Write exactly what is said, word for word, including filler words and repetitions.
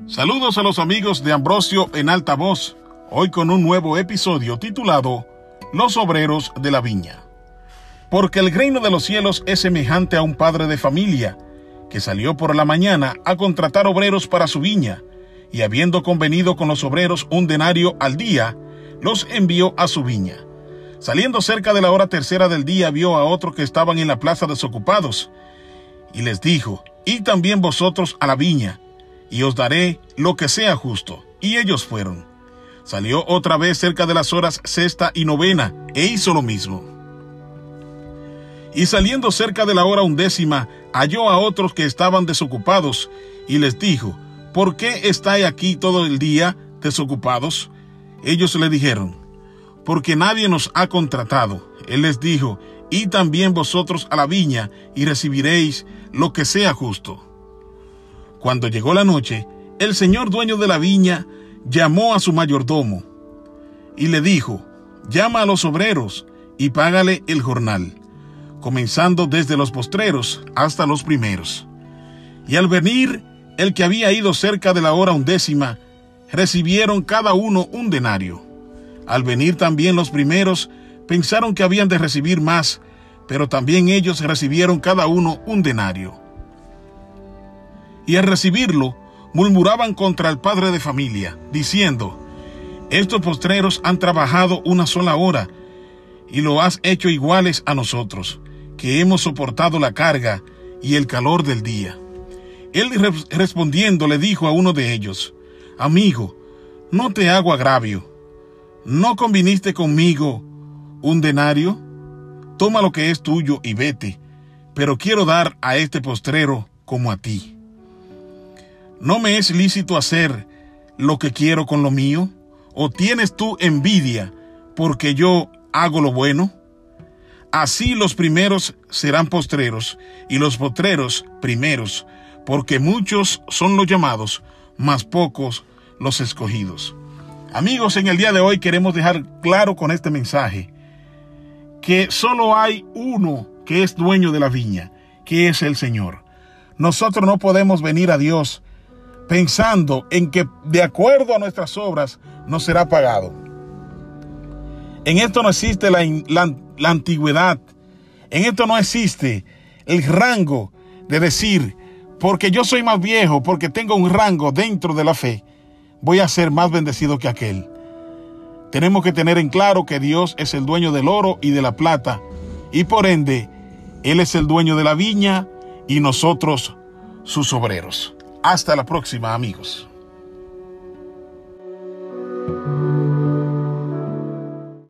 Saludos a los amigos de Ambrosio en alta voz, hoy con un nuevo episodio titulado Los obreros de la viña. Porque el reino de los cielos es semejante a un padre de familia, que salió por la mañana a contratar obreros para su viña, y habiendo convenido con los obreros un denario al día, los envió a su viña. Saliendo cerca de la hora tercera del día, vio a otros que estaban en la plaza desocupados, y les dijo: Id también vosotros a la viña, y os daré lo que sea justo. Y ellos fueron. Salió otra vez cerca de las horas sexta y novena, e hizo lo mismo. Y saliendo cerca de la hora undécima, halló a otros que estaban desocupados, y les dijo: ¿Por qué estáis aquí todo el día desocupados? Ellos le dijeron: Porque nadie nos ha contratado. Él les dijo: Id también vosotros a la viña, y recibiréis lo que sea justo. Cuando llegó la noche, el señor dueño de la viña llamó a su mayordomo y le dijo: Llama a los obreros y págale el jornal, comenzando desde los postreros hasta los primeros. Y al venir el que había ido cerca de la hora undécima, recibieron cada uno un denario. Al venir también los primeros, pensaron que habían de recibir más, pero también ellos recibieron cada uno un denario. Y al recibirlo, murmuraban contra el padre de familia, diciendo: Estos postreros han trabajado una sola hora, y lo has hecho iguales a nosotros, que hemos soportado la carga y el calor del día. Él respondiendo le dijo a uno de ellos: Amigo, no te hago agravio. ¿No conviniste conmigo un denario? Toma lo que es tuyo y vete, pero quiero dar a este postrero como a ti. ¿No me es lícito hacer lo que quiero con lo mío? ¿O tienes tú envidia porque yo hago lo bueno? Así los primeros serán postreros, y los postreros primeros, porque muchos son los llamados, mas pocos los escogidos. Amigos, en el día de hoy queremos dejar claro con este mensaje que solo hay uno que es dueño de la viña, que es el Señor. Nosotros no podemos venir a Dios pensando en que de acuerdo a nuestras obras nos será pagado. En esto no existe la, la, la antigüedad. En esto no existe el rango de decir: porque yo soy más viejo, porque tengo un rango dentro de la fe, voy a ser más bendecido que aquel. Tenemos que tener en claro que Dios es el dueño del oro y de la plata, y por ende, Él es el dueño de la viña y nosotros sus obreros. Hasta la próxima, amigos.